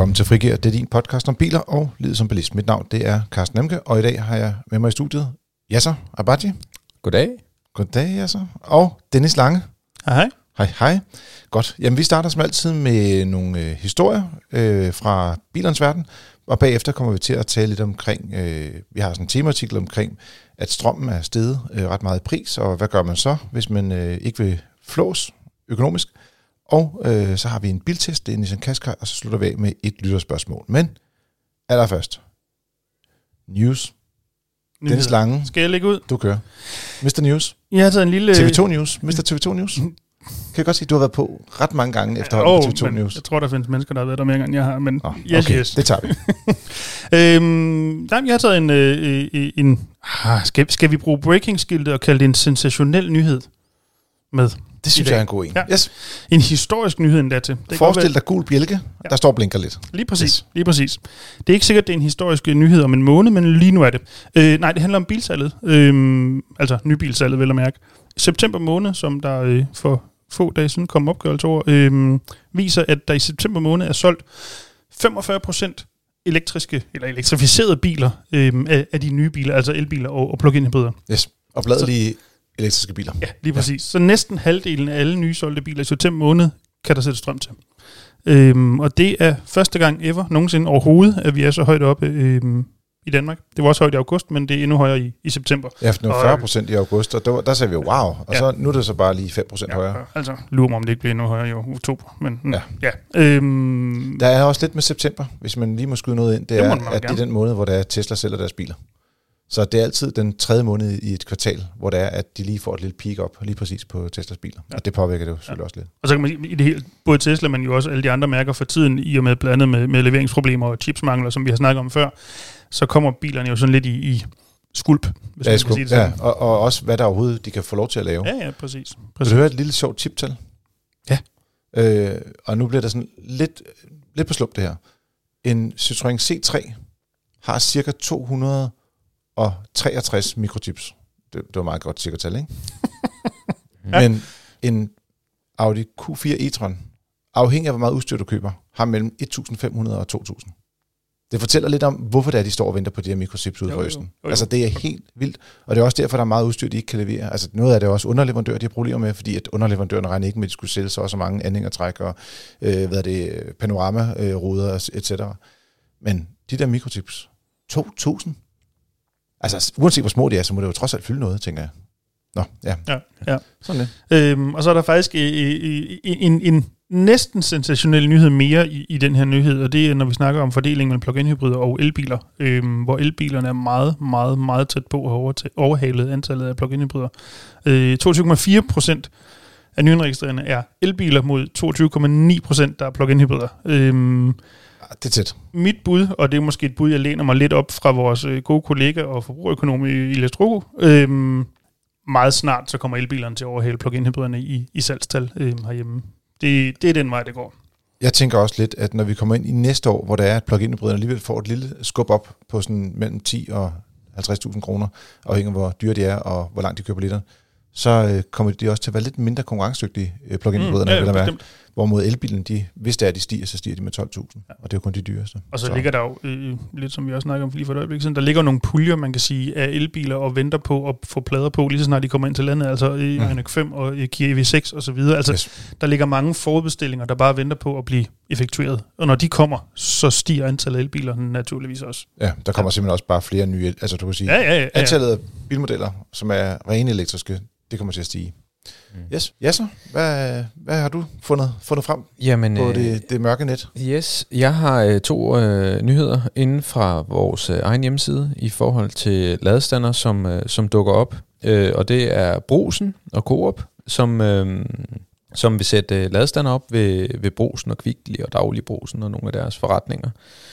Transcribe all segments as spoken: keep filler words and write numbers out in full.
Velkommen til Frigir. Det er din podcast om biler og livet som bilist. Mit navn det er Carsten Emke, og i dag har jeg med mig i studiet Yasser Abadji. Goddag. Goddag, Yasser. Og Dennis Lange. Hej. Hej, hej. Godt. Jamen, vi starter som altid med nogle øh, historier øh, fra bilernes verden, og bagefter kommer vi til at tale lidt omkring, øh, vi har sådan en temaartikel omkring, at strømmen er steget øh, ret meget i pris, og hvad gør man så, hvis man øh, ikke vil flås økonomisk? Og øh, så har vi en biltest, det er en Nissan Qashqai, og så slutter vi af med et lytterspørgsmål. Men allerførst, news. Nyheder. Dennis Lange. Skal jeg lægge ud? Du kører. mister News. Jeg har taget en lille... T V to News. mister T V to News. Kan jeg godt sige, at du har været på ret mange gange efterhånden oh, på T V to News. Jeg tror, der findes mennesker, der har været der mere end jeg har, men oh, yes, okay, yes. det tager vi. øhm, nej, jeg har taget en... Øh, en ah, skal, skal vi bruge breaking-skiltet og kalde det en sensationel nyhed med? Det synes jeg er en god en. Ja. Yes. En historisk nyhed endda til. Det Forestil dig gul bjælke, ja. Der står og blinker lidt. Lige præcis, yes. lige præcis. Det er ikke sikkert, det er en historisk nyhed om en måned, men lige nu er det. Øh, nej, det handler om bilsalget. Øh, altså nybilsalget, vel at mærke. September måned, som der øh, for få dage siden kom opgørelse over, øh, viser, at der i september måned er solgt femogfyrre procent elektriske, eller elektrificerede biler øh, af, af de nye biler, altså elbiler og, og plug-in hybrider. Yes, og bladelige elektriske biler. Ja, lige præcis. Ja. Så næsten halvdelen af alle nye solgte biler i september måned kan der sætte strøm til. Øhm, og det er første gang ever, nogensinde overhovedet, at vi er så højt oppe øhm, i Danmark. Det var også højt i august, men det er endnu højere i, i september. Ja, for det var fyrre procent i august, og der, der sagde vi jo, wow, og ja. Så nu er det så bare lige fem procent ja, højere. Altså, lurer mig, om det ikke bliver endnu højere i oktober. Men, ja. ja. Øhm, der er også lidt med september, hvis man lige må skyde noget ind. Det, det er, at gerne. Det er den måned, hvor der er Tesla sælger deres biler. Så det er altid den tredje måned i et kvartal, hvor det er, at de lige får et lille peak op, lige præcis på Teslas biler. Ja. Og det påvirker det jo selvfølgelig ja. også lidt. Og så kan man i det hele, både Tesla, men jo også alle de andre mærker for tiden, i og med blandt andet med, med leveringsproblemer og chipsmangler, som vi har snakket om før, så kommer bilerne jo sådan lidt i, i skulp, hvis ja, man skulp. kan sige det ja. og, og også, hvad der overhovedet de kan få lov til at lave. Ja, ja, præcis. Vil præcis. du høre et lille sjovt tiptal? Ja. Øh, og nu bliver der sådan lidt, lidt på slump det her. En Citroën C tre har cirka to hundrede og treogtres mikrochips. Det, det var meget godt sikkertal, ikke? ja. Men en Audi Q fire e-tron, afhængig af hvor meget udstyr du køber, har mellem et tusind fem hundrede og to tusind. Det fortæller lidt om, hvorfor det er, de står og venter på de her mikrochips ude fra Østen. Altså, det er helt vildt. Og det er også derfor, der er meget udstyr, de ikke kan levere. Altså, noget af det er også underleverandører, de har problemer med, fordi at underleverandørerne regner ikke med, at de skulle sælge så også mange anhængertræk og øh, hvad er det, panorama-ruder, et cetera. Men de der mikrochips, to tusind? Altså, uanset hvor små de er, så må det jo trods alt fylde noget, tænker jeg. Nå, ja. Ja, ja. Sådan det. Øhm, og så er der faktisk en, en, en næsten sensationel nyhed mere i, i den her nyhed, og det er, når vi snakker om fordelingen mellem plug-in hybrider og elbiler, øhm, hvor elbilerne er meget, meget, meget tæt på at over overhalet antallet af plug-in hybrider. Øh, toogtyve komma fire procent af nyindregistrerede er elbiler mod toogtyve komma ni procent, der er plug-in hybrider. Øhm, Det er tæt. Mit bud, og det er måske et bud, jeg læner mig lidt op fra vores gode kollega og forbrugerøkonom i Læstrogo, øhm, meget snart så kommer elbilerne til at overhale plug-in hybriderne i, i salgstal øhm, herhjemme. Det, det er den vej, det går. Jeg tænker også lidt, at når vi kommer ind i næste år, hvor der er, at plug-in hybriderne alligevel får et lille skub op på sådan mellem ti og halvtreds tusind kroner, afhængig af hvor dyre de er og hvor langt de køber liter, så øh, kommer de også til at være lidt mindre konkurrencedygtige øh, plug-in hybriderne, mm, ja, hvorimod elbilen, de, hvis det er, de stiger, så stiger de med tolv tusind, ja. Og det er jo kun de dyreste. Og så, så. ligger der jo, øh, lidt som vi også snakker om lige for et øjeblik siden, der ligger nogle puljer, man kan sige, af elbiler og venter på at få plader på, lige så snart de kommer ind til landet, altså i mm. Ioniq fem og i Kia E V seks og så videre. Altså, yes. Der ligger mange forudbestillinger, der bare venter på at blive effektueret. Og når de kommer, så stiger antallet af elbiler naturligvis også. Ja, der kommer ja. simpelthen også bare flere nye, altså du kan sige, ja, ja, ja, ja. antallet af bilmodeller, som er rene elektriske, det kommer til at stige. Mm. Yes. Yes, hvad, hvad har du fundet, fundet frem Jamen, på det, det mørke net? Yes, jeg har øh, to øh, nyheder inden fra vores øh, egen hjemmeside i forhold til ladestander, som, øh, som dukker op. Øh, og det er Brugsen og Coop, som, øh, som vil sætte øh, ladestander op ved, ved Brugsen og Kvickly og Daglig Brugsen og nogle af deres forretninger.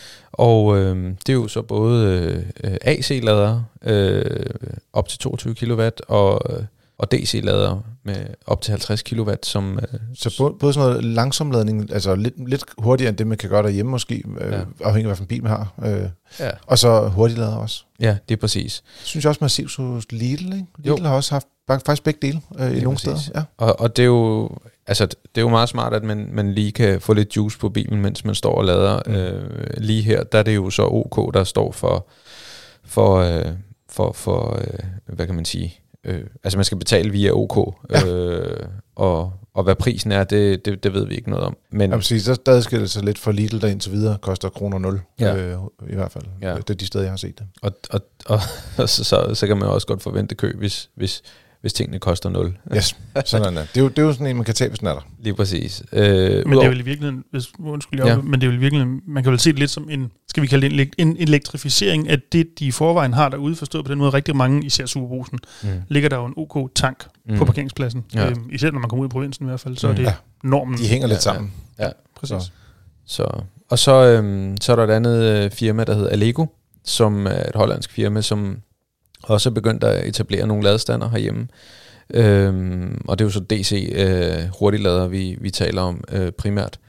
Og øh, det er jo så både øh, A C-ladere øh, op til toogtyve kilowatt og øh, og D C-lader med op til halvtreds kilowatt. Som, så både, både sådan noget langsomladning, altså lidt, lidt hurtigere end det, man kan gøre derhjemme måske, øh, ja. afhængig af, hvilken bil man har. Øh, ja. Og så hurtiglader også. Ja, det er præcis. Synes jeg også massivt hos Lidl, ikke? Lidl jo. Har også haft faktisk begge dele øh, i nogle steder. Ja. Og, og det er jo, altså, det er jo meget smart, at man, man lige kan få lidt juice på bilen, mens man står og lader. Mm. Øh, lige her, der er det jo så OK, der står for, for, øh, for, for øh, hvad kan man sige, øh, altså man skal betale via OK, ja. øh, og, og hvad prisen er, det, det, det ved vi ikke noget om. Men jeg sige, så der skiller det sig lidt for Lidl, der indtil videre koster kroner nul, ja. øh, i hvert fald. Ja. Det er de steder, jeg har set det. Og, og, og, og så, så, så kan man også godt forvente kø, hvis... hvis hvis tingene koster nul. Yes, sådan er det. Det er jo, det er jo sådan en, man kan tage, hvis den er der. Lige præcis. Øh, men det er vel i virkeligheden, hvis, undskyld, ja. men det er vel i virkeligheden, man kan vel se det lidt som en, skal vi kalde det en, en elektrificering af det, de i forvejen har derude, forstået på den måde. Rigtig mange, især Superbrugsen, mm. ligger der jo en OK-tank mm. på parkeringspladsen. Ja. Øhm, især når man kommer ud i provinsen i hvert fald, så mm. er det ja. normen. De hænger lidt ja, sammen. Ja, ja. Præcis. Så. Så. Og så, øhm, så er der et andet øh, firma, der hedder Allego, som er et hollandsk firma, som også er begyndt at etablere nogle ladestander herhjemme. Øhm, og det er jo så D C øh, hurtiglader, vi, vi taler om øh, primært.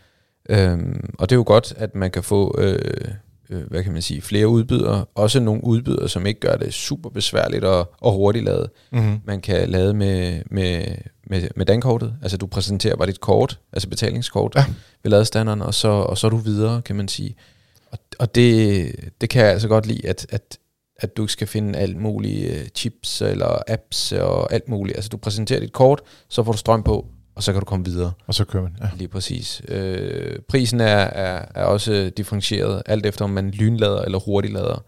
Øhm, og det er jo godt, at man kan få øh, øh, hvad kan man sige, flere udbydere. Også nogle udbydere, som ikke gør det super besværligt at, at hurtiglade. Mm-hmm. Man kan lade med, med, med, med dankortet. Altså du præsenterer bare dit kort, altså betalingskort ja. ved ladestanderen, og så, og så er du videre, kan man sige. Og, og det, det kan jeg altså godt lide, at, at at du ikke skal finde alt muligt chips eller apps og alt muligt. Altså du præsenterer dit kort, så får du strøm på, og så kan du komme videre. Og så kører man, ja. Lige præcis. Øh, prisen er, er, er også differentieret, alt efter om man lynlader eller hurtiglader.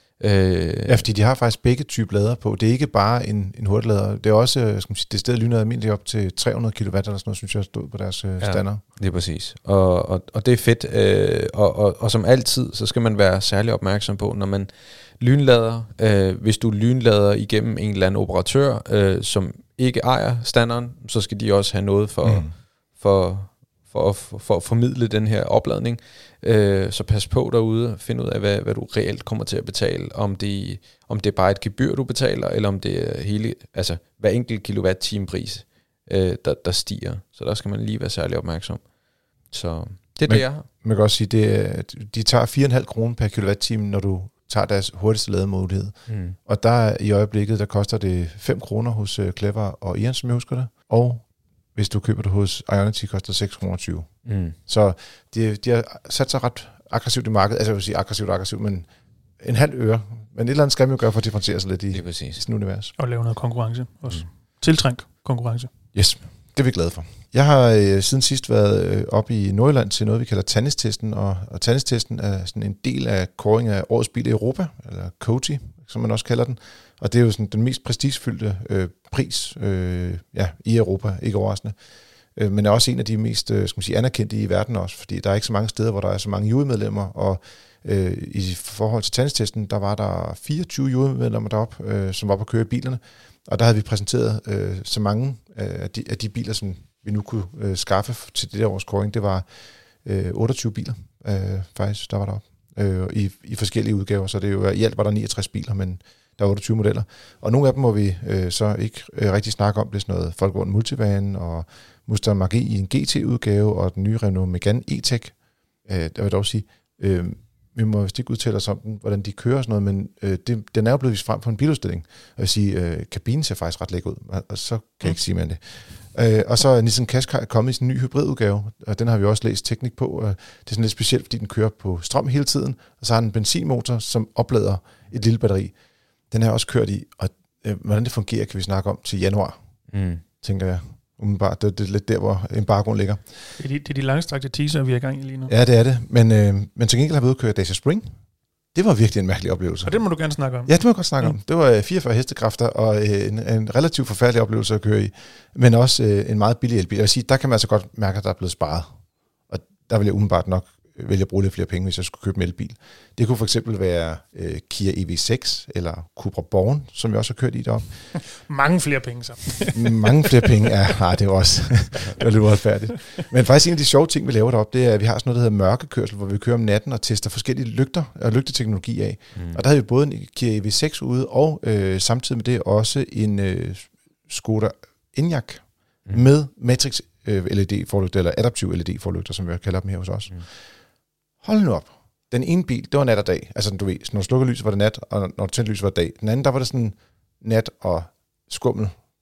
Øh, ja, fordi de har faktisk begge typer lader på. Det er ikke bare en, en hurtiglader. Det er også, skal man sige, det sted lynlader almindeligt op til tre hundrede kilowatt eller sådan noget, synes jeg stod på deres øh, stander. Ja, lige præcis. Og, og, og det er fedt. Øh, og, og, og som altid, så skal man være særlig opmærksom på, når man lynlader, øh, hvis du lynlader igennem en eller anden operatør, øh, som ikke ejer standarden, så skal de også have noget for, mm. for, for, for, for at formidle den her opladning. Øh, så pas på derude, find ud af, hvad, hvad du reelt kommer til at betale, om det, om det er bare et gebyr, du betaler, eller om det er hele, altså hver enkelt kilowatt-time pris, øh, der, der stiger. Så der skal man lige være særlig opmærksom. Så det er man, det, jeg har. Man kan også sige, det, de tager fire komma fem kroner per kilowatt-time, når du tager deres hurtigste lademulighed. Mm. Og der i øjeblikket, der koster det fem kroner hos uh, Clever og Ian, som jeg husker det. Og hvis du køber det hos Ionity, koster det seks kroner tyve. Mm. Så de, de har sat sig ret aggressivt i markedet. Altså jeg vil sige aggressivt aggressivt, men en halv øre. Men et eller andet skal man jo gøre for at differentiere sig lidt i, i sådan univers. Og lave noget konkurrence også. Mm. Tiltrængt konkurrence. Yes, det er vi glade for. Jeg har øh, siden sidst været øh, oppe i Nordjylland til noget, vi kalder Tannistesten, og, og Tannistesten er sådan en del af kåring af årets bil i Europa, eller COTI, som man også kalder den. Og det er jo sådan den mest prestigefyldte øh, pris øh, ja, i Europa, ikke overraskende. Øh, men er også en af de mest øh, skal man sige, anerkendte i verden også, fordi der er ikke så mange steder, hvor der er så mange jurymedlemmer, og øh, i forhold til Tannistesten, der var der fireogtyve jurymedlemmer deroppe, øh, som var på at køre i bilerne, og der havde vi præsenteret øh, så mange øh, af, de, af de biler, som vi nu kunne øh, skaffe til det der års kåring. Det var øh, otteogtyve biler, øh, faktisk, der var deroppe, øh, i, i forskellige udgaver, så det er jo, i alt var der niogtres biler, men der er otteogtyve modeller. Og nogle af dem må vi øh, så ikke øh, rigtig snakke om. Det er sådan noget Volkswagen Multivan og Mustang Mach-E i en G T-udgave og den nye Renault Megane E-Tech. Øh, der vil jeg dog sige, øh, vi må vist ikke udtale os om den, hvordan de kører og sådan noget, men øh, det, den er jo blevet vist frem på en biludstilling. Og jeg vil sige, øh, kabinen ser faktisk ret lækker ud, og, og så kan jeg ikke sige mere end det. Øh, og så er Nissan Qashqai kommet i sin ny hybridudgave, og den har vi også læst teknik på. Og det er sådan lidt specielt, fordi den kører på strøm hele tiden, og så har den en benzinmotor, som oplader et lille batteri. Den har jeg også kørt i, og øh, hvordan det fungerer, kan vi snakke om til januar, mm. tænker jeg. Umiddelbart, det, det er lidt der, hvor embargoen ligger. Det er de, det er de langstrakte teaser, vi er i gang i lige nu. Ja, det er det. Men, øh, men til gengæld har vi udkørt Dacia Spring. Det var virkelig en mærkelig oplevelse. Og det må du gerne snakke om. Ja, det må jeg godt snakke mm. om. Det var fireogfyrre hestekræfter og øh, en, en relativt forfærdelig oplevelse at køre i. Men også øh, en meget billig elbil. Jeg vil sige, der kan man altså godt mærke, at der er blevet sparet. Og der vil jeg umiddelbart nok vælge at bruge lidt flere penge, hvis jeg skulle købe en elbil. Det kunne for eksempel være øh, Kia E V seks eller Cupra Born, som jeg også har kørt i deroppe. Mange flere penge så. Mange flere penge, ja. Nej, det er også det er lidt uretfærdigt. Men faktisk en af de sjove ting, vi laver deroppe, det er, at vi har sådan noget, der hedder mørkekørsel, hvor vi kører om natten og tester forskellige lygter og lygteteknologi af. Mm. Og der havde vi både en Kia E V seks ude, og øh, samtidig med det også en øh, Skoda Enyaq mm. med Matrix øh, L E D-forlygter, eller adaptiv L E D-forlygter, som vi kalder dem her hos os. Mm. Hold nu op. Den ene bil, det var nat og dag. Altså, du ved, når du slukker lys, var det nat, og når du tændte lys, var det dag. Den anden, der var det sådan nat og skummel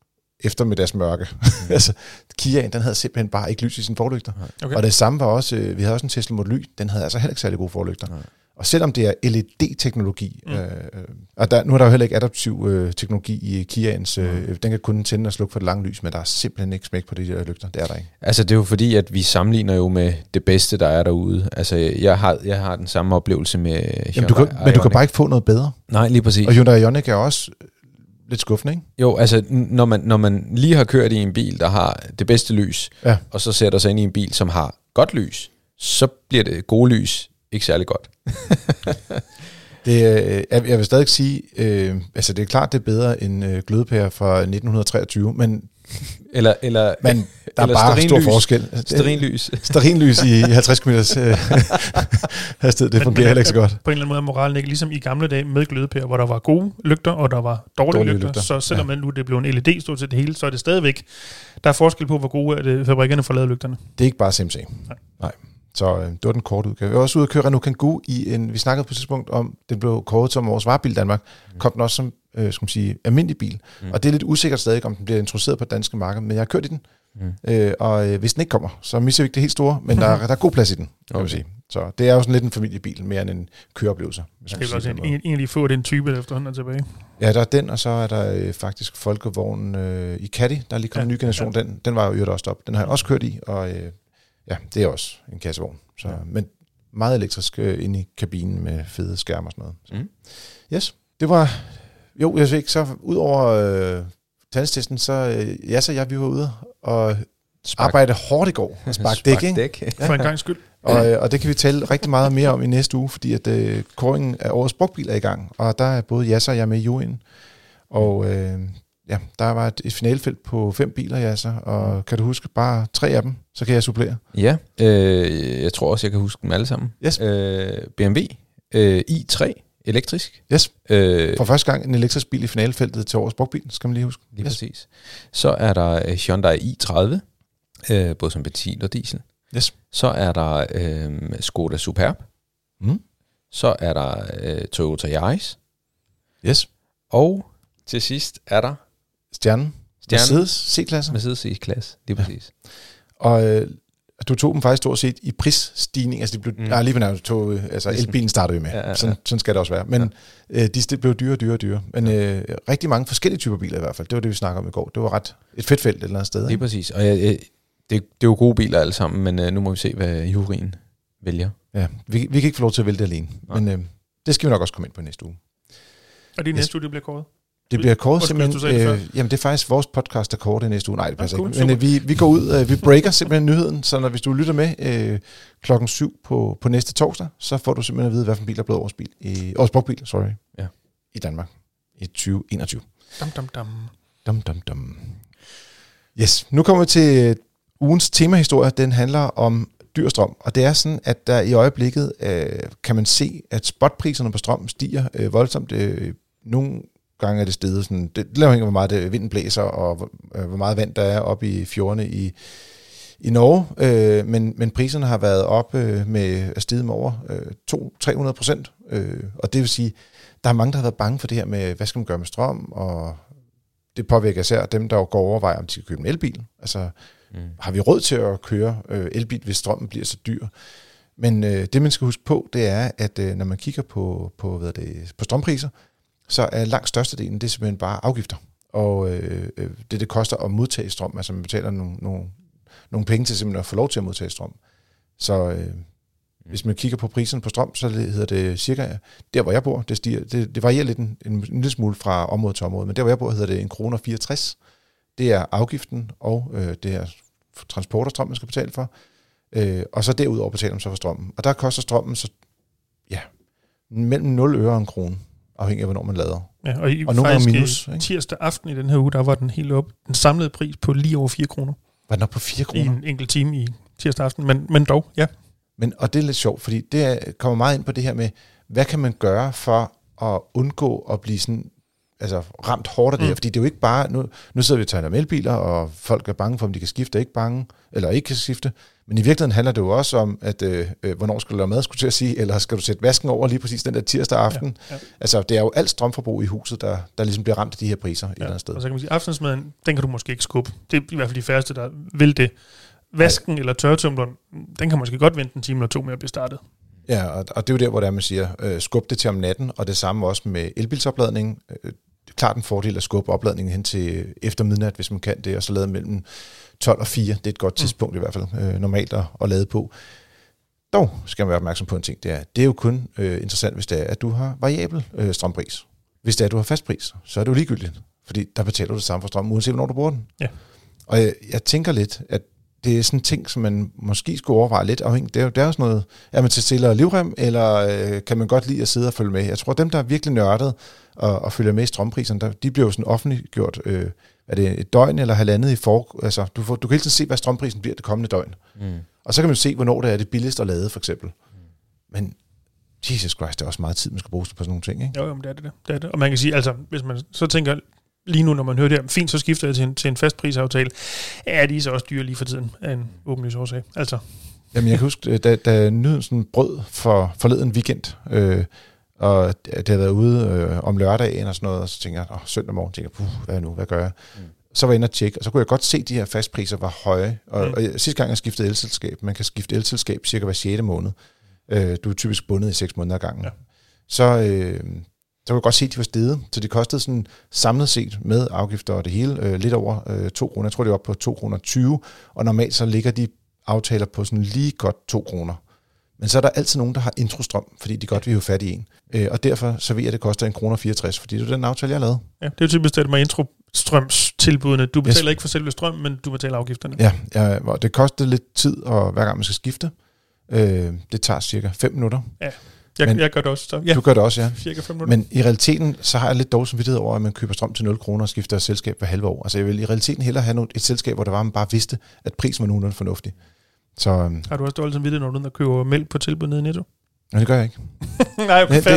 eftermiddagsmørke. Mm. altså, Kiaen, den havde simpelthen bare ikke lys i sine forlygter. Okay. Og det samme var også, vi havde også en Tesla Model Y, den havde altså heller ikke særlig gode forlygter. Nej. Og selvom det er L E D-teknologi, mm. øh, og der, nu er der jo heller ikke adaptiv øh, teknologi i Kiaens, øh, mm. den kan kun tænde og slukke for det lange lys, men der er simpelthen ikke smæk på de der lygter, det er der ikke. Altså det er jo fordi, at vi sammenligner jo med det bedste, der er derude. Altså jeg har, jeg har den samme oplevelse med Hyundai Jamen, du kan, men du kan bare ikke få noget bedre. Nej, lige præcis. Og Hyundai Ioniq er også lidt skuffende, ikke? Jo, altså når man, når man lige har kørt i en bil, der har det bedste lys, ja. og så sætter sig ind i en bil, som har godt lys, så bliver det gode lys ikke særlig godt. det, øh, jeg vil stadig sige, øh, altså det er klart, det er bedre end øh, glødepærer fra nitten treogtyve, men, eller, eller, men der eller er bare stor forskel. Stearinlys. Stearinlys i halvtreds kilometers øh, hastighed, det men, fungerer men, heller ikke så godt. På en eller anden måde er moralen ikke ligesom i gamle dage med glødepærer, hvor der var gode lygter, og der var dårlige, dårlige lygter, lygter, så selvom ja. nu det blev en L E D stort set det hele, så er det stadigvæk, der er forskel på, hvor gode er det, fabrikkerne får lavet lygterne. Det er ikke bare C M C. Nej. Nej. Så øh, det var den korte udgave. Jeg var også ude at køre Renault Kangoo i en, vi snakkede på et tidspunkt om, den blev kåret som vores varebil i Danmark, mm. kom den også som, øh, skal man sige, almindelig bil. Mm. Og det er lidt usikkert stadig, om den bliver introduceret på det danske marked, men jeg har kørt i den. Mm. Øh, og øh, hvis den ikke kommer, så misser vi ikke det helt store, men der, der er god plads i den, kan okay. man sige. Så det er jo sådan lidt en familiebil, mere end en køreoplevelse. Det er også en, en, en af de få, den type, efterhånden er tilbage. Ja, der er den, og så er der øh, faktisk Folkevognen øh, i Caddy, der er lige kommet ja, en ny generation. Ja. Den, den var jo også op. Den har jeg også kørt i, og øh, ja, det er også en kassevogn. Så, ja. Men meget elektrisk øh, inde i kabinen med fede skærme og sådan noget. Så. Mm. Yes, det var... Jo, jeg ved ikke, så ud over øh, tandstesten, så øh, ja, så jeg, vi var ude og Spark. arbejde hårdt i går. Spark dæk, ikke? Dæk. For en gang skyld. Og, øh, og det kan vi tale rigtig meget mere om i næste uge, fordi at øh, kåringen af årets brugtbil er i gang. Og der er både Yasser og jeg med i juryen. Og øh, ja, der var et, et finalefelt på fem biler, Yasser. Og kan du huske bare tre af dem, så kan jeg supplere. Ja, øh, jeg tror også, jeg kan huske dem alle sammen. Yes. Øh, B M W øh, i tre elektrisk. Yes. Øh, For første gang en elektrisk bil i finalefeltet til årets brugtbil, skal man lige huske. Lige yes. præcis. Så er der Hyundai i tredive, øh, både som benzin og diesel. Yes. Så er der øh, Skoda Superb. Mm. Så er der øh, Toyota Yaris. Yes. Og til sidst er der Stjernen. Stjernen. Mercedes C-klasse. Mercedes C-klasse, lige præcis. Ja. Og øh, du tog dem faktisk stort set i prisstigning. Altså, de blev, mm. nej, lige på tog, altså elbilen startede jo med. Ja, ja, ja. Sådan, sådan skal det også være. Men ja. øh, de blev dyre, dyre, dyre. Men øh, rigtig mange forskellige typer biler i hvert fald. Det var det, vi snakkede om i går. Det var ret et fedt felt et eller andet sted. Lige ikke? Præcis. Og jeg, jeg, det, det er jo gode biler alle sammen, men øh, nu må vi se, hvad juryen vælger. Ja, vi, vi kan ikke få lov til at vælge det alene. Nej. Men øh, det skal vi nok også komme ind på næste uge. Og det næste uge, det bliver kåret? Det bliver kort simpelthen, øh, jamen det er faktisk vores podcast, der kort i næste uge. Nej, det passer ja, cool, ikke. Men øh, vi, vi går ud, øh, vi breaker simpelthen nyheden, så når hvis du lytter med øh, klokken syv på, på næste torsdag, så får du simpelthen at vide, hvad for en bil der er blevet årets bil, i, årets brugtbil, sorry, ja. i Danmark i tyve enogtyve. Dum, dum, dum. Dum, dum, dum. Yes, nu kommer vi til ugens temahistorie. Den handler om dyr strøm, og det er sådan, at der i øjeblikket øh, kan man se, at spotpriserne på strøm stiger øh, voldsomt. Øh, nogle gange er det stedet sådan, det laver ikke, hvor meget det, vinden blæser, og hvor, øh, hvor meget vand der er oppe i fjordene i, i Norge, øh, men, men priserne har været op øh, med at stige med over øh, to til tre hundrede procent, øh, og det vil sige, der er mange, der har været bange for det her med, hvad skal man gøre med strøm, og det påvirker især dem, der går overvejer, om de skal købe en elbil. Altså, mm. har vi råd til at køre øh, elbil, hvis strømmen bliver så dyr? Men øh, det, man skal huske på, det er, at øh, når man kigger på, på, hvad det, på strømpriser, så er langt størstedelen, det er simpelthen bare afgifter. Og øh, det, det koster at modtage strøm, altså man betaler nogle, nogle, nogle penge til simpelthen at få lov til at modtage strøm. Så øh, mm. hvis man kigger på priserne på strøm, så hedder det cirka, der hvor jeg bor, det, stiger, det, det varierer lidt en, en, en lille smule fra område til område, men der hvor jeg bor, hedder det en krone fireogtres. Det er afgiften, og øh, det er transport og strøm, man skal betale for. Øh, og så derudover betaler man så for strømmen. Og der koster strømmen så, ja, mellem nul øre og en krone, afhængig af, hvornår man lader. Ja, og, i, og nogle gange minus. Ikke? Tirsdag aften i den her uge, der var den helt op. Den samlede pris på lige over fire kroner. Var den op på fire kroner? I en enkelt time i tirsdag aften, men, men dog, ja. Men, og det er lidt sjovt, fordi det er, kommer meget ind på det her med, hvad kan man gøre for at undgå at blive sådan, altså, ramt hårdt af det her, mm. fordi det er jo ikke bare, nu, nu sidder vi og taler om elbiler, og folk er bange for, om de kan skifte, ikke bange, eller ikke kan skifte, men i virkeligheden handler det jo også om, at øh, hvornår skal du lave mad, skulle til at sige, eller skal du sætte vasken over lige præcis den der tirsdag aften. Ja, ja. Altså, det er jo alt strømforbrug i huset, der, der ligesom bliver ramt af de her priser ja, et eller andet sted. Og så kan man sige, aftensmaden, den kan du måske ikke skubbe. Det er i hvert fald de færreste, der vil det. Vasken ja. eller tørretumbleren, den kan måske godt vente en time eller to med at blive startet. Ja, og, og det er jo der, hvor der man siger, øh, skub det til om natten, og det samme også med elbilsopladning. Øh, det er klart en fordel at skubbe opladningen hen til efter midnat, hvis man kan det, og så lade mellem tolv og fire. Det er et godt tidspunkt mm. i hvert fald øh, normalt at, at lade på. Dog skal man være opmærksom på en ting, det er, det er jo kun øh, interessant, hvis det er, at du har variabel øh, strømpris. Hvis det er, at du har fast pris, så er det jo ligegyldigt, fordi der betaler du det samme for strøm, uanset hvornår du bruger den. Ja. Og jeg, jeg tænker lidt, at det er sådan en ting, som man måske skulle overveje lidt afhængigt. Det er jo, det er jo sådan noget, er man til stille og livrem, eller øh, kan man godt lide at sidde og følge med? Jeg tror, dem, der er virkelig nørdet og, og følger med i strømpriserne, der, de bliver jo sådan offentliggjort, øh, er det et døgn eller halvandet i for... Altså, du, får, du kan hele tiden se, hvad strømprisen bliver det kommende døgn. Mm. Og så kan man se, hvornår det er det billigste at lade, for eksempel. Mm. Men Jesus Christ, det er også meget tid, man skal bruge på sådan nogle ting, ikke? Jo, jo, det er det, det er det. Og man kan sige, altså, hvis man så tænker... Lige nu, når man hører det her, fint, så skifter jeg til en, til en fast prisaftale. Er de så også dyre lige for tiden af en åbenlys årsag? Altså. Jamen, jeg kan huske, da, da nyheden sådan brød for forleden weekend, øh, og det havde været ude øh, om lørdagen og sådan noget, og så tænkte jeg, åh, søndag morgen, tænkte jeg, hvad nu, hvad gør jeg? Mm. Så var jeg inde og tjekke, og så kunne jeg godt se, at de her fastpriser var høje. Og, mm. og sidste gang jeg skiftede elselskab, man kan skifte elselskab cirka hver sjette måned. Øh, du er typisk bundet i seks måneder ad gangen. Ja. Så... Øh, Så kan jeg godt se, at de var steget, så det kostede sådan samlet set med afgifter og det hele øh, lidt over øh, to kroner. Jeg tror, det var på to kroner tyve, og normalt så ligger de aftaler på sådan lige godt to kroner. Men så er der altid nogen, der har introstrøm, fordi de godt vil have fat i en. Øh, og derfor så ved jeg, at det koster en krone fireogtres, fordi det er den aftale, jeg har lavet. Ja, det er jo typisk det med introstrømstilbudene. Du betaler yes. ikke for selve strøm, men du betaler afgifterne. Ja, ja, det koster lidt tid, og hver gang man skal skifte. Øh, det tager cirka fem minutter. Ja. Jeg, men, jeg gør det også. Så. Ja. Du gør det også, ja. Cirka fem minutter. Men i realiteten, så har jeg lidt dårlig samvittighed over, at man køber strøm til nul kroner og skifter selskab hver halve år. Altså jeg vil i realiteten hellere have noget, et selskab, hvor det var, man bare vidste, at prisen var nogenlunde fornuftig. Så, um, har du også dårlig samvittighed, når du køber mælk på tilbud nede i Netto? Nej, det gør jeg ikke. Nej, fair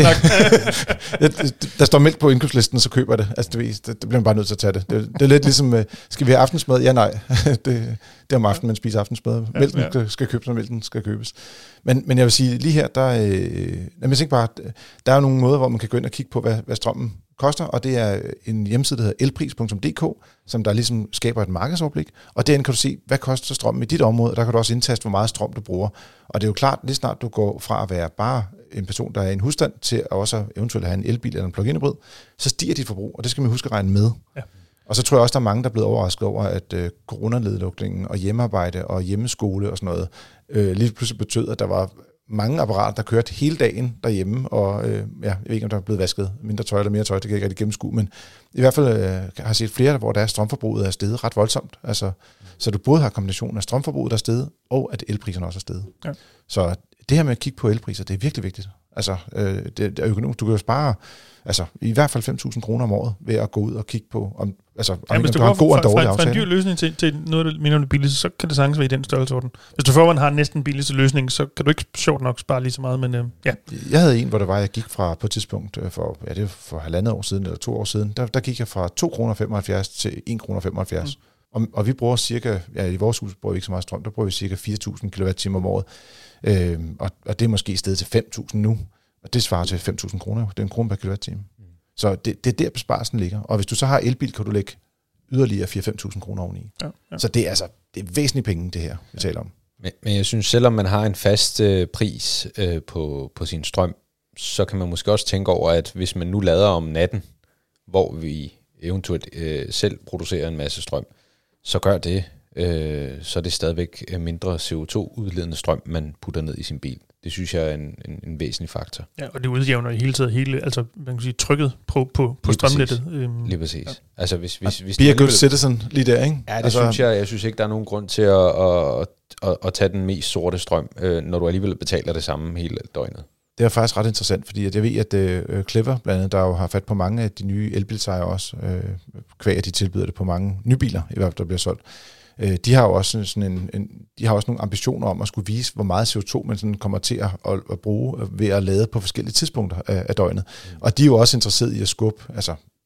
nok. Der står mælk på indkøbslisten, så køber jeg det. Altså, det, det bliver man bare nødt til at tage det. Det, det er lidt ligesom, skal vi have aftensmad? Ja, nej. det, det er om aftenen, man spiser aftensmad. Mælken ja, ja. skal købes, når mælken skal købes. Men, men jeg vil sige, lige her, der, øh, jeg tænker bare, der er jo nogle måder, hvor man kan gå ind og kigge på, hvad, hvad strømmen koster, og det er en hjemmeside, der hedder elpris punktum d k, som der ligesom skaber et markedsoverblik, og derinde kan du se, hvad koster strømmen i dit område, og der kan du også indtaste, hvor meget strøm du bruger. Og det er jo klart, lige snart du går fra at være bare en person, der er i en husstand, til at også eventuelt have en elbil eller en plug-in hybrid, så stiger dit forbrug, og det skal man huske at regne med. Ja. Og så tror jeg også, der er mange, der er blevet overrasket over, at øh, coronanedlukningen og hjemmearbejde og hjemmeskole og sådan noget, øh, lige pludselig betød, at der var mange apparater, der kørte hele dagen derhjemme, og øh, ja, jeg ved ikke, om der er blevet vasket mindre tøj eller mere tøj, det kan jeg ikke rigtig gennemskue, men i hvert fald øh, har jeg set flere, hvor der er strømforbruget er steget ret voldsomt. Altså, så du både har kombinationen af strømforbruget, der er steget, og at elpriserne også er steget. Ja. Så det her med at kigge på elpriser, det er virkelig vigtigt. Altså, øh, det, det er økonomisk. Du kan jo spare altså, i hvert fald fem tusind kroner om året ved at gå ud og kigge på, om, altså, om ja, hvis du, du har en god og dårlig aftale. Fra en dyr løsning til, til noget, der minder om det billigste, så kan det sagtens være i den størrelsesorden. Hvis du forvejen har næsten billigste løsning, så kan du ikke sjovt nok spare lige så meget, men øh, ja. Jeg havde en, hvor det var, jeg gik fra på et tidspunkt for, ja, det var for halvandet år siden, eller to år siden, der, der gik jeg fra to kroner femoghalvfjerds til en krone femoghalvfjerds. Mm. Og, og vi bruger cirka, ja, i vores hus bruger vi ikke så meget strøm, der bruger vi cirka fire tusind kilowatt-timer om året. Øh, og, og det er måske steget til fem tusind nu, og det svarer til fem tusind kroner. Det er en krone per kilowatt-time. Mm. Så det, det er der besparelsen ligger. Og hvis du så har elbil, kan du lægge yderligere fire til fem tusind kroner oveni. Ja, ja. Så det er altså det er væsentlige penge, det her, vi taler om. Men, men jeg synes, selvom man har en fast øh, pris øh, på, på sin strøm, så kan man måske også tænke over, at hvis man nu lader om natten, hvor vi eventuelt øh, selv producerer en masse strøm, så gør det, øh, så er det stadigvæk mindre C O to udledende strøm, man putter ned i sin bil. Det synes jeg er en, en, en væsentlig faktor. Ja, og det udjævner i hele tiden hele, altså man kan sige, trykket på, på, på strømnettet. Øhm, lige præcis. Ja. Altså, hvis, hvis, hvis Be a good citizen lige der, ikke? Ja, det altså, synes jeg. Jeg synes ikke, der er nogen grund til at, at, at, at tage den mest sorte strøm, øh, når du alligevel betaler det samme hele døgnet. Det er faktisk ret interessant, fordi jeg ved, at uh, Clever, blandt andet, der jo har fat på mange af de nye elbilsejere også, øh, kvæg, at de tilbyder det på mange nybiler, i hvert fald, der bliver solgt. De har jo også sådan en, en, de har også nogle ambitioner om at skulle vise, hvor meget C O to man sådan kommer til at, at, at bruge ved at lade på forskellige tidspunkter af, af døgnet. Mm. Og de er jo også interesseret i at skubbe, altså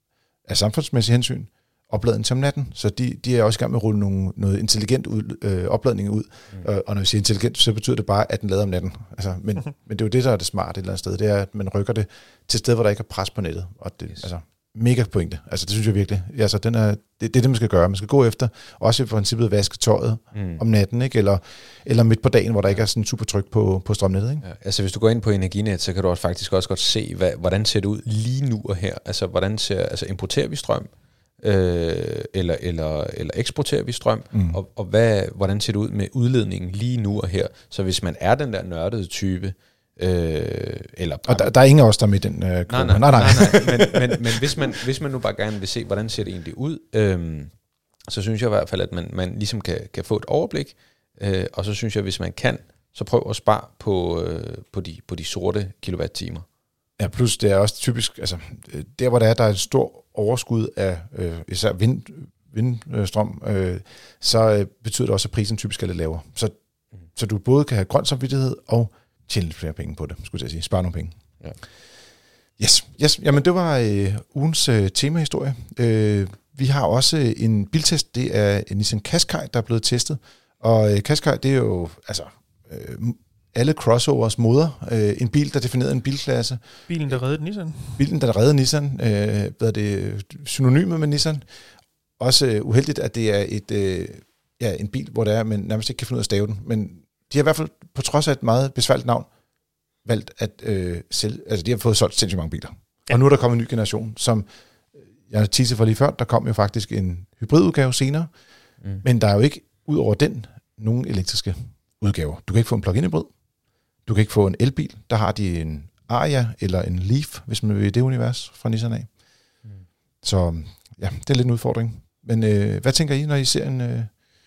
af samfundsmæssige hensyn opladning til om natten, så de, de er også i gang med at rulle nogle, noget intelligent ud, øh, opladning ud, mm. og, og når vi siger intelligent, så betyder det bare, at den lader om natten. Altså, men, mm-hmm. men det er jo det, der er det smarte et eller andet sted, det er, at man rykker det til et sted, hvor der ikke er pres på nettet, og det yes. altså mega pointe. Altså, det synes jeg virkelig. Altså, den er, det, det er det, man skal gøre. Man skal gå efter, også i princippet vaske tøjet mm. om natten, ikke? Eller, eller midt på dagen, hvor der ikke er sådan super tryk på, på strømnettet. Ikke? Ja, altså, hvis du går ind på Energinet, så kan du også faktisk også godt se, hvad, hvordan ser det ud lige nu og her. Altså, hvordan ser, altså importerer vi strøm? Øh, eller, eller, eller eksporterer vi strøm, mm. og, og hvad, hvordan ser det ud med udledningen lige nu og her? Så hvis man er den der nørdede type, øh, eller... Og der, der er ingen af os, der er med den øh, nej, nej, nej, nej, nej. men, men, men hvis, man, hvis man nu bare gerne vil se, hvordan ser det egentlig ud, øh, så synes jeg i hvert fald, at man, man ligesom kan, kan få et overblik, øh, og så synes jeg, hvis man kan, så prøv at spare på, øh, på, de, på de sorte kilowatt-timer. Ja, plus det er også typisk, altså der hvor der er, der er en stor overskud af øh, især vind, vindstrøm, øh, så øh, betyder det også, at prisen typisk er lidt lavere. Så, mm. så du både kan have grøn samvittighed og tjene lidt flere penge på det, skulle jeg sige. Spare nogle penge. Ja. Yes, yes. Jamen det var øh, ugens øh, temahistorie. Øh, vi har også en biltest, det er en Nissan Qashqai, der er blevet testet. Og øh, Qashqai, det er jo altså... Øh, alle crossovers moder. Øh, en bil, der definerede en bilklasse. Bilen, der reddede Nissan. Bilen, der reddede Nissan. Øh, hvad er det? Synonyme med Nissan. Også øh, uheldigt, at det er et, øh, ja, en bil, hvor det er, man nærmest ikke kan finde ud af at stave den. Men de har i hvert fald, på trods af et meget besværligt navn, valgt at øh, sælge, altså de har fået solgt sindssygt mange biler. Ja. Og nu er der kommet en ny generation, som jeg teasede for lige før, der kom jo faktisk en hybridudgave senere. Mm. Men der er jo ikke, ud over den, nogen elektriske udgaver. Du kan ikke få en plug-in hybrid. Du kan ikke få en elbil. Der har de en Ariya eller en Leaf, hvis man vil i det univers fra Nissan af. Mm. Så ja, det er lidt en udfordring. Men øh, hvad tænker I, når I ser en, øh,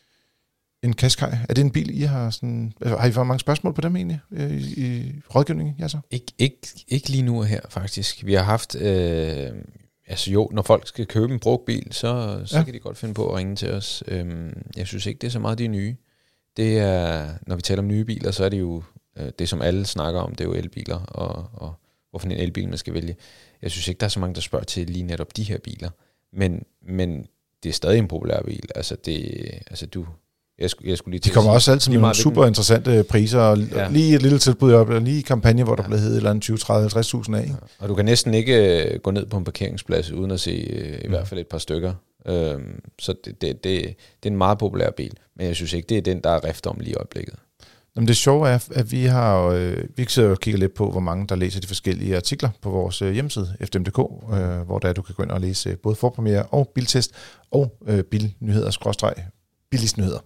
en Qashqai? Er det en bil, I har sådan... Altså, har I fået mange spørgsmål på dem egentlig øh, i, i rådgivningen? Ja, så? Ik, ikke, ikke lige nu og her, faktisk. Vi har haft... Øh, altså jo, når folk skal købe en brugt bil, så, så ja. kan de godt finde på at ringe til os. Øhm, jeg synes ikke, det er så meget de nye. Det er, når vi taler om nye biler, så er det jo... Det, som alle snakker om, det er jo elbiler, og, og hvorfor en elbil man skal vælge. Jeg synes ikke, der er så mange, der spørger til lige netop de her biler. Men, men det er stadig en populær bil. Altså, det, altså du... Jeg skulle, jeg skulle lige de kommer også altid med nogle super interessante priser, og ja. lige et lille tilbud op, og lige i kampagne, hvor der ja. blev heddet et eller andet tyve, tredive, halvtreds tusind af. Ja. Og du kan næsten ikke gå ned på en parkeringsplads, uden at se uh, i hvert fald et par stykker. Um, så det, det, det, det er en meget populær bil, men jeg synes ikke, det er den, der er rift om lige i øjeblikket. Jamen det sjove er, at vi har øh, vi sidder og kigger lidt på, hvor mange der læser de forskellige artikler på vores øh, hjemmeside, f d m punktum d k, øh, hvor der du kan gå ind og læse øh, både forpremiere og biltest, og øh, bilnyheder, skråstreg, bilistnyheder,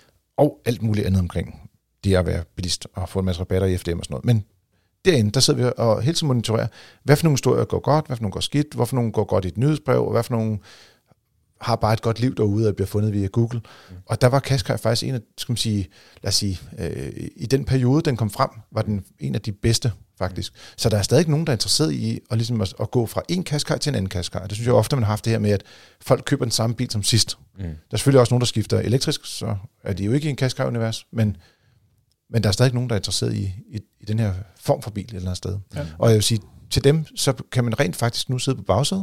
og alt muligt andet omkring det at være bilist og få en masse rabatter i F D M og sådan noget. Men derinde, der sidder vi og hele tiden monitorerer, hvad for nogle historier går godt, hvad for nogle går skidt, hvad for nogle går godt i et nyhedsbrev, og hvad for nogle har bare et godt liv derude, og bliver fundet via Google. Mm. Og der var Qashqai faktisk en af, skal man sige, lad os sige, øh, i den periode, den kom frem, var den en af de bedste, faktisk. Mm. Så der er stadig nogen, der er interesseret i at, ligesom at, at gå fra en Qashqai til en anden Qashqai. Det synes jeg ofte, man har haft det her med, at folk køber den samme bil som sidst. Mm. Der er selvfølgelig også nogen, der skifter elektrisk, så er de jo ikke i en Qashqai-univers, men, men der er stadig nogen, der er interesseret i, i, i den her form for bil et eller andet sted. Ja. Og jeg vil sige, til dem, så kan man rent faktisk nu sidde på bagsædet,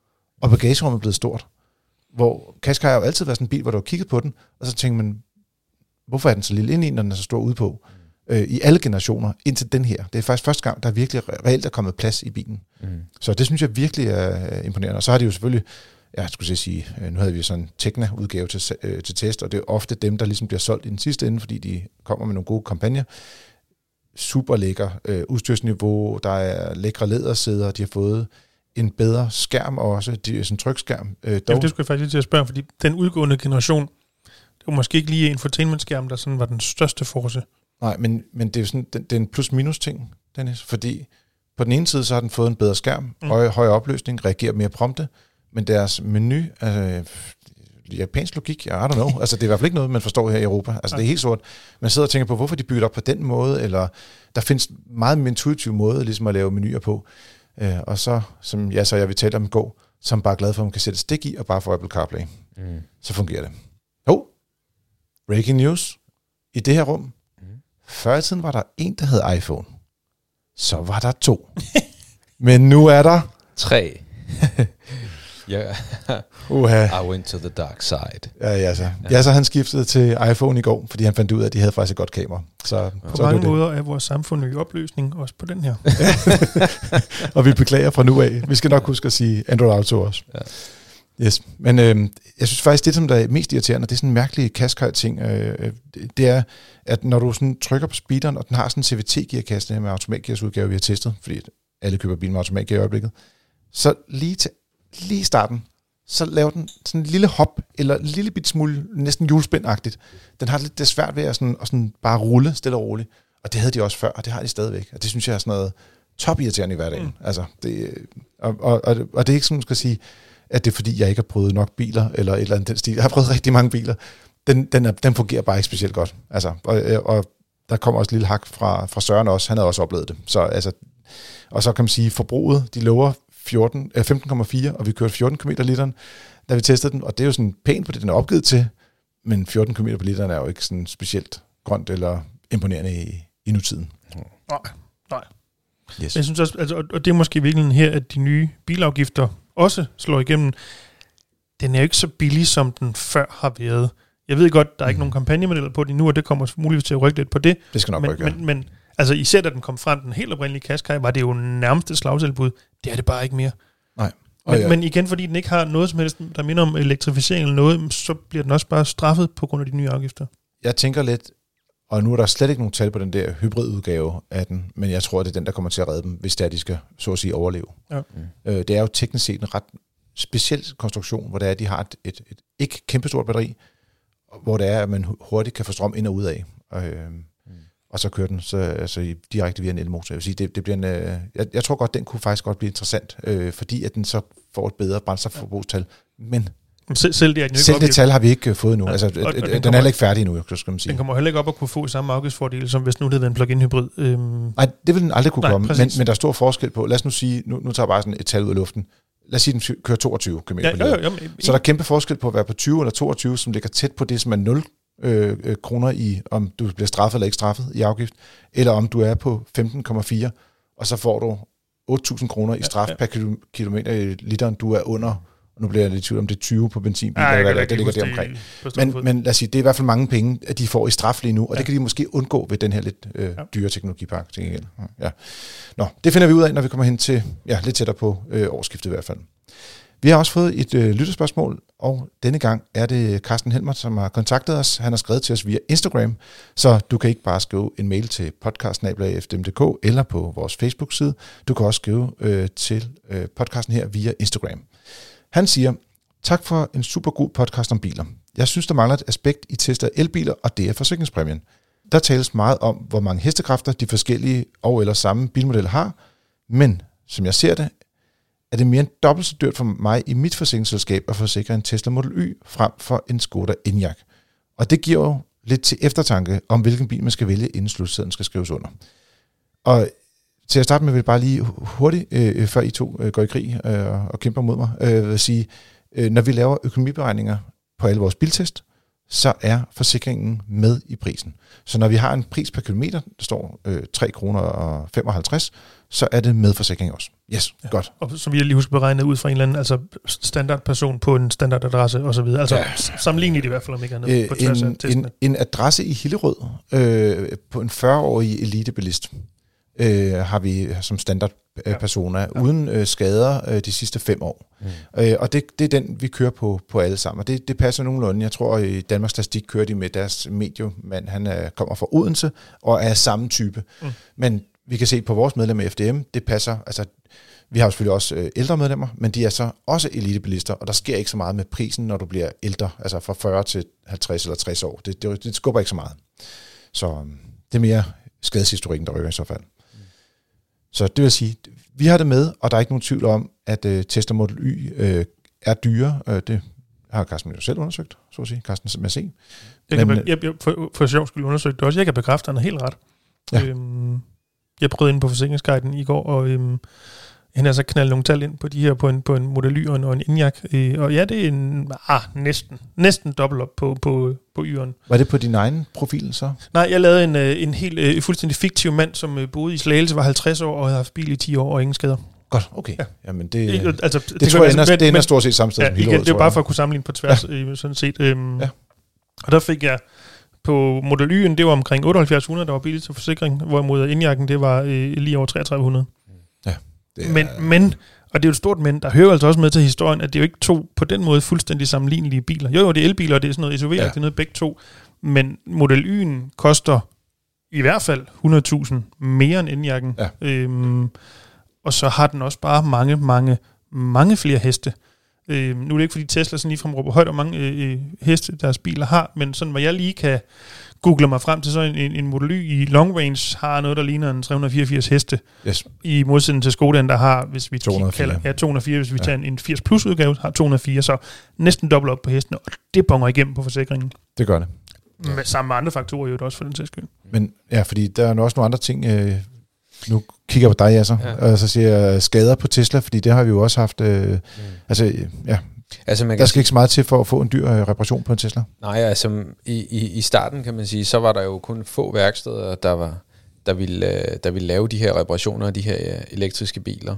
og bagagerummet er blevet stort. Hvor Qashqai har jo altid været sådan en bil, hvor du har kigget på den, og så tænker man, hvorfor er den så lille ind i, når den er så stor ude på? Mm. Øh, I alle generationer, indtil den her. Det er faktisk første gang, der virkelig reelt er kommet plads i bilen. Mm. Så det synes jeg virkelig er imponerende. Og så har de jo selvfølgelig, jeg skulle sige, nu havde vi sådan en Tekna-udgave til, øh, til test, og det er ofte dem, der ligesom bliver solgt i den sidste ende, fordi de kommer med nogle gode kampagner. Super lækker øh, udstyrsniveau, der er lækre lædersæder, de har fået en bedre skærm også, det er sådan en trykskærm. Øh, ja, det skulle jeg faktisk lige til at spørge, fordi den udgående generation, det var måske ikke lige en infotainmentskærm, der sådan var den største force. Nej, men, men det er sådan, det, det er en plus-minus ting, Dennis, fordi på den ene side, så har den fået en bedre skærm, mm. høj, høj opløsning, reagerer mere prompte, men deres menu, altså, japansk logik, I don't know, altså det er i hvert fald ikke noget, man forstår her i Europa, altså det er helt sort. Man sidder og tænker på, hvorfor de bygger op på den måde, eller der findes meget mere intuitiv måde, ligesom at lave menuer på. Uh, og så, som jeg så jeg vil tale om i går, så er man bare glad for, at man kan sætte et stik i, og bare få Apple CarPlay. Mm. Så fungerer det. Oh, breaking news. I det her rum, mm. før i tiden var der en, der hed iPhone. Så var der to. Men nu er der... Tre. Ja. Uha. I went to the dark side. Ja, ja, så. Ja, så han skiftede til iPhone i går, fordi han fandt ud af, at de havde faktisk et godt kamera. Så, på så mange det. måder er vores samfund i opløsning, også på den her. Og vi beklager fra nu af. Vi skal nok huske at sige Android Auto også. Ja. Yes. Men øh, jeg synes faktisk, det som der er mest irriterende, det er sådan en mærkelig Qashqai-ting, øh, det er, at når du sådan trykker på speederen, og den har sådan en C V T-gearkasse med automatgearsudgave, vi har testet, fordi alle køber bil med automatgear i øjeblikket, så lige til lige i starten, så laver den sådan en lille hop, eller en lille bit smule, næsten hjulspændagtigt. Den har lidt det svært ved at, sådan, at sådan bare rulle stille og roligt. Og det havde de også før, og det har de stadigvæk. Og det synes jeg er sådan noget top-irriterende i hverdagen. Mm. Altså, det, og, og, og, og det er ikke sådan, man skal sige, at det er fordi, jeg ikke har prøvet nok biler, eller et eller andet den stil. Jeg har prøvet rigtig mange biler. Den, den, er, den fungerer bare ikke specielt godt. Altså, og, og der kommer også et lille hak fra, fra Søren også. Han havde også oplevet det. Så, altså, og så kan man sige, forbruget, de lover femten komma fire, og vi kørte fjorten kilometer literen, da vi testede den, og det er jo sådan pænt på det, den er opgivet til, men fjorten kilometer på literen er jo ikke sådan specielt grønt eller imponerende i, i nutiden. Nej, nej. Yes. Jeg synes også, altså, og det er måske virkelig her, at de nye bilafgifter også slår igennem. Den er jo ikke så billig, som den før har været. Jeg ved godt, der er ikke mm. nogen kampagnemodeller på det nu, og det kommer muligvis til at rykke lidt på det. Det skal nok men, rykke, men, men altså især da den kom frem, den helt oprindelige Qashqai, var det jo nærmest et slagtilbud. Det er det bare ikke mere. Nej. Men, ja. men igen, fordi den ikke har noget som helst, der minder om elektrificering eller noget, så bliver den også bare straffet på grund af de nye afgifter. Jeg tænker lidt, og nu er der slet ikke nogen tal på den der hybridudgave af den, men jeg tror, det er den, der kommer til at redde dem, hvis det er, de skal, så at sige, overleve. Ja. Mm. Øh, det er jo teknisk set en ret speciel konstruktion, hvor det er, at de har et, et, et ikke kæmpestort batteri, hvor det er, at man hurtigt kan få strøm ind og ud af. Og, øh, mm. og så kører den så, altså, direkte via en elmotor. Jeg vil sige, det, det bliver en, øh, jeg, jeg tror godt, den kunne faktisk godt blive interessant, øh, fordi at den så får et bedre brændstofforbrugstal. Men selv, selv det, selv det tal har vi ikke fået nu. Ja, altså, og, og den, den kommer, er heller ikke færdig nu, skal man sige. Den kommer heller ikke op at kunne få samme afgiftsfordele, som hvis nu det havde været en plug-in hybrid. Øhm. Nej, det vil den aldrig kunne Nej, komme, men, men der er stor forskel på. Lad os nu sige, nu, nu tager jeg bare sådan et tal ud af luften. Lad os sige, den kører toogtyve kilometer ja, på liter. Så der er kæmpe forskel på at være på tyve eller toogtyve, som ligger tæt på det, som er nul øh, øh, kroner i, om du bliver straffet eller ikke straffet i afgift, eller om du er på femten komma fire, og så får du otte tusind kroner i straf ja, ja. per kilometer i literen, du er under. Nu bliver jeg lidt i tvivl om det er tyve på benzinbiler, Ej, eller hvad det ligger der omkring. Men, men lad os sige, det er i hvert fald mange penge, at de får i straf lige nu, og ja. det kan de måske undgå ved den her lidt øh, ja. dyre teknologipark. Ja. Nå, det finder vi ud af, når vi kommer hen til, ja, lidt tættere på øh, årsskiftet i hvert fald. Vi har også fået et øh, lytterspørgsmål, og denne gang er det Carsten Helmer, som har kontaktet os. Han har skrevet til os via Instagram, så du kan ikke bare skrive en mail til podcast snabel-a f d m punktum d k eller på vores Facebook-side. Du kan også skrive øh, til øh, podcasten her via Instagram. Han siger, tak for en super god podcast om biler. Jeg synes, der mangler et aspekt i test af elbiler, og det er forsikringspræmien. Der tales meget om, hvor mange hestekræfter de forskellige og eller samme bilmodeller har, men som jeg ser det, er det mere end dobbelt så dyrt for mig i mit forsikringsselskab at forsikre en Tesla Model Y frem for en Skoda Enyaq. Og det giver jo lidt til eftertanke om, hvilken bil man skal vælge, inden slutsedlen skal skrives under. Og til at starte med vil jeg bare lige hurtigt, øh, før I to øh, går i krig øh, og kæmper mod mig, øh, vil sige, øh, når vi laver økonomiberegninger på alle vores biltest, så er forsikringen med i prisen. Så når vi har en pris per kilometer, der står øh, tre kroner og femoghalvtreds, så er det med forsikring også. Yes, ja. Godt. Og så vil jeg lige huske beregnet ud fra en eller anden altså standardperson på en standardadresse og så videre. Altså ja. sammenlignet i hvert fald om ikke andet øh, på tværs af testene. En, en adresse i Hillerød øh, på en fyrre-årig elitebilist øh, har vi som standardpersoner, ja. uden øh, skader øh, de sidste fem år. Mm. Øh, og det, det er den, vi kører på, på alle sammen. Og det, det passer nogenlunde. Jeg tror, i Danmarks Statistik kører de med deres mediumand. Han er, kommer fra Odense og er samme type. Mm. Men vi kan se på vores medlemmer i F D M, det passer. Altså, vi har jo selvfølgelig også øh, ældre medlemmer, men de er så også elitebilister, og der sker ikke så meget med prisen, når du bliver ældre, altså fra fyrre til halvtreds eller tres år. Det, det, det skubber ikke så meget. Så det er mere skadeshistorikken, der rykker i så fald. Mm. Så det vil sige, vi har det med, og der er ikke nogen tvivl om, at øh, Tesla Model Y øh, er dyre. Øh, det har Carsten jo selv undersøgt, så at sige. Carsten med se. Jeg men, kan, jeg, jeg, for, for sjov skulle undersøge det også. Jeg kan bekræfte, at han er helt ret. Ja. Øhm, jeg prøvede ind på Forsikringsguiden i går, og øhm, han har så knaldet nogle tal ind på de her, på en, på en Model Y og en, og en Enyaq. Øh, og ja, det er en, ah, næsten, næsten dobbelt op på, på, på Y'eren. Var det på din egen profil så? Nej, jeg lavede en, en helt uh, fuldstændig fiktiv mand, som uh, boede i Slagelse, var halvtreds år og havde haft bil i ti år og ingen skader. Godt, okay. Ja. Jamen det, I, altså, det, det tror jeg ender, altså, det ender stort set samme sted ja, som Hillerød. Igen, det er bare for at kunne sammenligne på tværs, ja. sådan set. Øhm, ja. Og der fik jeg på Model Y'en, det var omkring otteoghalvfjerds hundrede, der var billigt til forsikring, hvorimod indjakken, det var øh, lige over treogtredive hundrede. Ja. Det er, men, men, og det er jo et stort men, der hører altså også med til historien, at det er jo ikke to på den måde fuldstændig sammenlignelige biler. Jo, jo, det er elbiler, og det er sådan noget S U V, ja. Det er noget begge to, men Model Y'en koster i hvert fald hundrede tusind mere end indjakken. Ja. Øhm, og så har den også bare mange, mange, mange flere heste. Øhm, nu er det ikke, fordi Tesla sådan ligefrem råber højt, og mange øh, heste deres biler har, men sådan, hvad jeg lige kan google mig frem til, så en, en Model Y i long range har noget, der ligner en tre hundrede fireogfirs heste. Yes. I modsætning til Skodaen, der har, hvis vi to hundrede og fire. kalder ja, to hundrede og fire, hvis vi ja. tager en, en firs plus udgave, har to hundrede og fire, så næsten dobbelt op på hestene, og det bonger igennem på forsikringen. Det gør det. Med, sammen med andre faktorer jo det også for den sags skyld. Men ja, fordi der er også nogle andre ting. Øh, nu kigger jeg på dig, Yasser, ja. Og så siger jeg skader på Tesla, fordi det har vi jo også haft. Øh, mm. Altså, ja. Altså, man der skal ikke så meget til for at få en dyr øh, reparation på en Tesla. Nej, altså i, i, i starten kan man sige, så var der jo kun få værksteder, der var der ville, der ville lave de her reparationer af de her elektriske biler.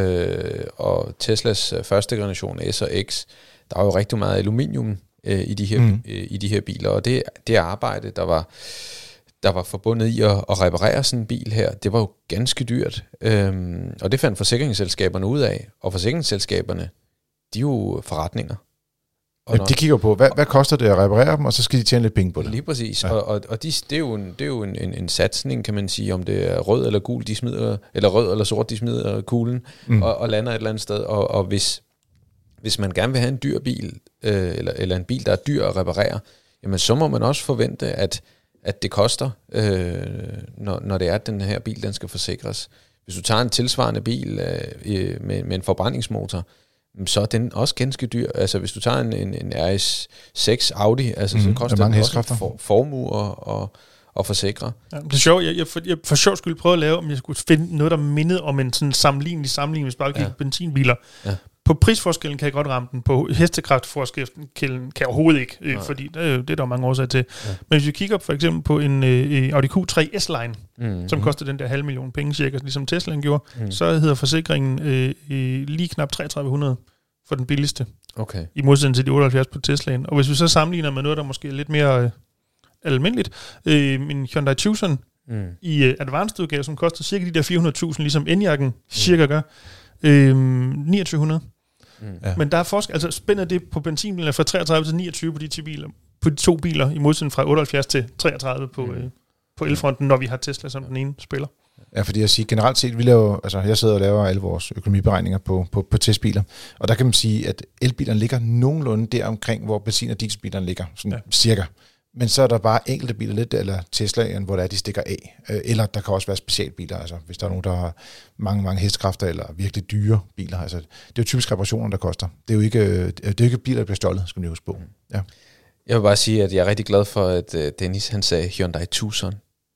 Øh, og Teslas første generation S og X, der var jo rigtig meget aluminium øh, i de her mm. øh, i de her biler, og det det arbejde, der var der var forbundet i at, at reparere sådan en bil her, det var jo ganske dyrt. Øhm, og det fandt forsikringsselskaberne ud af, og forsikringsselskaberne, de er jo forretninger. Og ja, de kigger på, hvad, hvad koster det at reparere dem, og så skal de tjene lidt penge på det. Lige præcis, ja. og, og, og de, det er jo, en, det er jo en, en, en satsning, kan man sige, om det er rød eller gul, de smider, eller rød eller sort, de smider kuglen, mm. og, og lander et eller andet sted, og, og hvis, hvis man gerne vil have en dyr bil, øh, eller, eller en bil, der er dyr at reparere, jamen så må man også forvente, at at det koster, øh, når, når det er, at den her bil, den skal forsikres. Hvis du tager en tilsvarende bil øh, med, med en forbrændingsmotor, så er den også ganske dyr. Altså hvis du tager en, en, en R S seks Audi, altså, mm, så koster den også en for, formue at, at, at forsikre. Ja, det er sjovt. Jeg, jeg, for, jeg for sjov skulle prøve at lave, om jeg skulle finde noget, der mindede om en sådan sammenlignelig sammenligning, hvis bare ja. benzinbiler. Ja. På prisforskellen kan jeg godt ramme den. På hestekraftforskellen kan jeg overhovedet ikke, øh, fordi det er, det er der mange årsager til. Ja. Men hvis vi kigger for eksempel på en øh, Audi Q tre S-Line, mm, som mm. koster den der halv million penge cirka, ligesom Teslaen gjorde, mm. så hedder forsikringen øh, øh, lige knap treogtredive hundrede for den billigste. Okay. I modsætning til de otteoghalvfjerds på Teslaen. Og hvis vi så sammenligner med noget, der måske er lidt mere øh, almindeligt, øh, en Hyundai Tucson mm. i øh, advanced udgave, som koster cirka de der fire hundrede tusind, ligesom Enyaq'en mm. cirka gør, øh, niogtyve hundrede. Mm. Ja. Men der er forskel, altså spændet det på benzinbiler fra treogtredive til niogtyve på de, to biler, på de to biler, i modsætning fra otteoghalvfjerds til treogtredive på, mm. øh, på elfronten, når vi har Tesla som den ene spiller. Ja, fordi jeg siger generelt set, vi laver, altså jeg sidder og laver alle vores økonomiberegninger på, på, på testbiler, og der kan man sige, at elbilerne ligger nogenlunde der omkring, hvor benzin- og dieselbilerne ligger, sådan ja. cirka. Men så er der bare enkelte biler lidt, eller Teslaen, hvor der er, de stikker af. Eller der kan også være specialbiler, altså hvis der er nogen, der har mange, mange hestekræfter, eller virkelig dyre biler. Altså, det er jo typisk reparationer, der koster. Det er jo ikke, det er jo ikke biler, der bliver stjålet, skal man huske på. Ja. Jeg vil bare sige, at jeg er rigtig glad for, at Dennis han sagde Hyundai Tucson.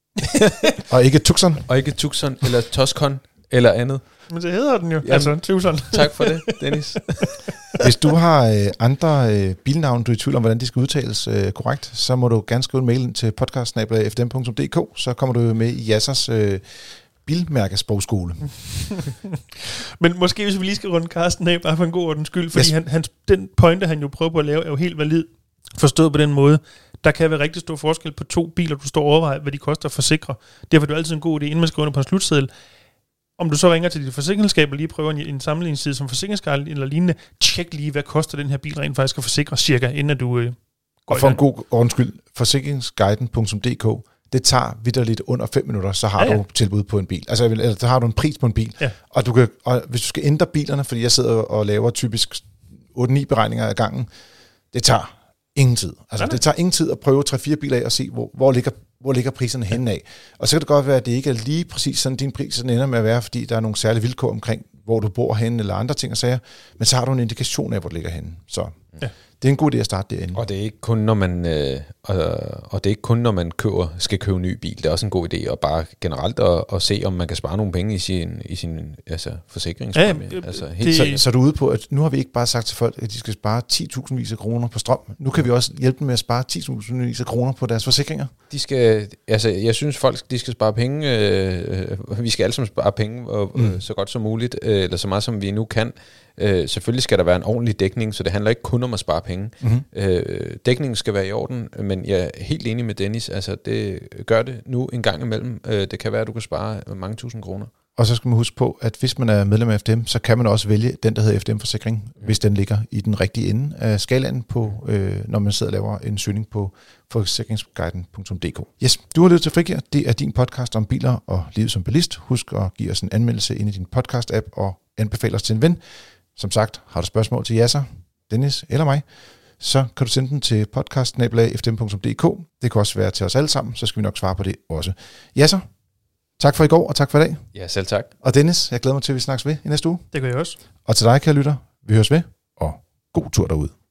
Og ikke Tucson. Og ikke Tucson, eller Toscon, eller andet. Men det hedder den jo, jamen, altså Tucson. Tak for det, Dennis. Hvis du har øh, andre øh, bilnavne, du er i tvivl om, hvordan de skal udtales øh, korrekt, så må du gerne skrive en mail ind til podcast snabel-a f d m punktum d k, så kommer du med i Yassers øh, bilmærkesprogskole. Men måske hvis vi lige skal runde Carsten af, bare for en god ordens skyld, fordi yes. han, han, den pointe, han jo prøver på at lave, er jo helt valid, forstået på den måde. Der kan være rigtig stor forskel på to biler, du står og overvejer, hvad de koster at forsikre. Derfor er det jo altid en god idé, inden man skal under på en slutseddel. Om du så ringer til dit forsikringsselskab og lige prøver en, en sammenligningsside som forsikringsguide eller lignende, tjek lige, hvad koster den her bil rent faktisk at forsikre cirka, inden at du øh, går. Og for en god undskyld, forsikringsguiden punktum d k, det tager vitterligt under fem minutter, så har ja, ja. du tilbud på en bil. Altså, eller så har du en pris på en bil. Ja. Og, du kan, og hvis du skal ændre bilerne, fordi jeg sidder og laver typisk otte ni beregninger ad gangen, det tager ingen tid. Altså, ja, det tager ingen tid at prøve tre fire biler af og se, hvor, hvor ligger hvor ligger priserne henne af. Og så kan det godt være, at det ikke er lige præcis sådan, din pris sådan ender med at være, fordi der er nogle særlige vilkår omkring, hvor du bor henne, eller andre ting og sager, men så har du en indikation af, hvor det ligger henne. Så Ja. Det er en god idé at starte derinde. Og det er ikke kun, når man, øh, og, og det er ikke kun, når man køber, skal købe en ny bil. Det er også en god idé at bare generelt at, at se, om man kan spare nogle penge i sin, i sin altså, forsikringspræmie. Ja, altså, det- helt, Så, så er du ude på, at nu har vi ikke bare sagt til folk, at de skal spare ti tusind vis af kroner på strøm. Nu kan vi også hjælpe dem med at spare ti tusind vis af kroner på deres forsikringer. de skal, altså, jeg synes, folk de skal spare penge. Øh, vi skal alle sammen spare penge og, Mm. øh, så godt som muligt, øh, eller så meget som vi nu kan. Øh, selvfølgelig skal der være en ordentlig dækning, så det handler ikke kun om at spare penge. Mm-hmm. Øh, dækningen skal være i orden, men jeg er helt enig med Dennis. Altså, det gør det nu en gang imellem. Øh, det kan være, at du kan spare mange tusind kroner. Og så skal man huske på, at hvis man er medlem af F D M, så kan man også vælge den, der hedder F D M-forsikring, mm. hvis den ligger i den rigtige ende af skalaen, på, øh, når man sidder og laver en søgning på forsikringsguiden punktum d k. Yes, du har lyttet til Frigir. Det er din podcast om biler og livet som bilist. Husk at give os en anmeldelse ind i din podcast-app og anbefale os til en ven. Som sagt, har du spørgsmål til Yasser, Dennis eller mig, så kan du sende den til podcast bindestreg f d m punktum d k. Det kan også være til os alle sammen, så skal vi nok svare på det også. Yasser, tak for i går, og tak for i dag. Ja, selv tak. Og Dennis, jeg glæder mig til, at vi snakkes ved i næste uge. Det gør jeg også. Og til dig, kære lytter, vi høres ved, og god tur derude.